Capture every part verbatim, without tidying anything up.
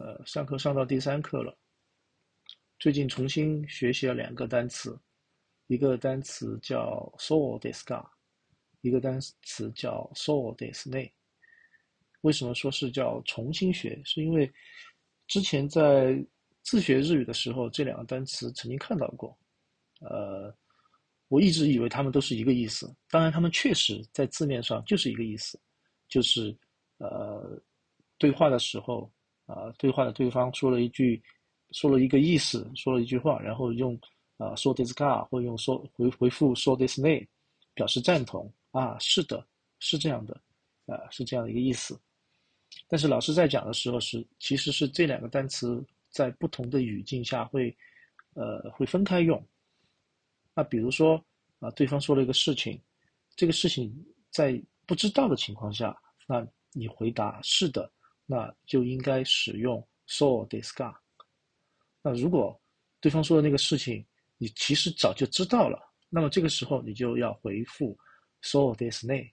呃，上课上到第三课了，最近重新学习了两个单词，一个单词叫 そうですか，一个单词叫そうですね。为什么说是叫重新学？是因为之前在自学日语的时候，这两个单词曾经看到过。呃，我一直以为它们都是一个意思，当然，它们确实在字面上就是一个意思，就是呃，对话的时候啊、呃对话的对方说了一句，说了一个意思，说了一句话，然后用啊、呃、说 this ka 或用说回回复说 this ne 表示赞同啊，是的，是这样的，啊、呃，是这样的一个意思。但是老师在讲的时候是，其实是这两个单词在不同的语境下会，呃，会分开用。那比如说啊，对方说了一个事情，这个事情在不知道的情况下，那你回答是的，那就应该使用 so this ka。那如果对方说的那个事情你其实早就知道了，那么这个时候你就要回复 so this ne。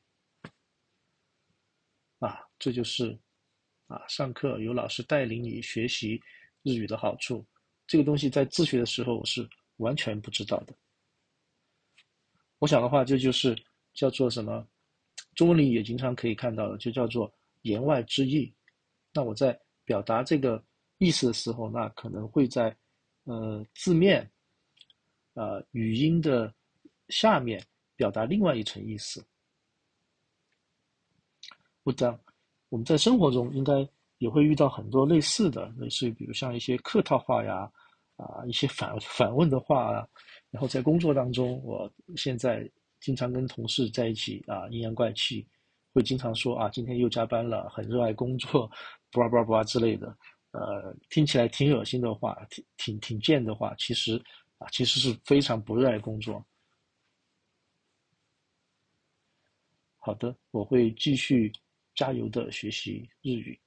啊，这就是啊，上课有老师带领你学习日语的好处。这个东西在自学的时候我是完全不知道的。我想的话，这就是叫做什么？中文里也经常可以看到的，就叫做言外之意。那我在表达这个意思的时候，那可能会在呃字面、呃语音的下面表达另外一层意思。不讲，我们在生活中应该也会遇到很多类似的，类似于比如像一些客套话呀，啊，一些反反问的话啊。然后在工作当中，我现在经常跟同事在一起啊，阴阳怪气，会经常说啊，今天又加班了，很热爱工作，巴拉巴拉巴拉之类的，呃，听起来挺恶心的话，挺挺挺贱的话，其实啊，其实是非常不热爱工作。好的，我会继续加油的学习日语。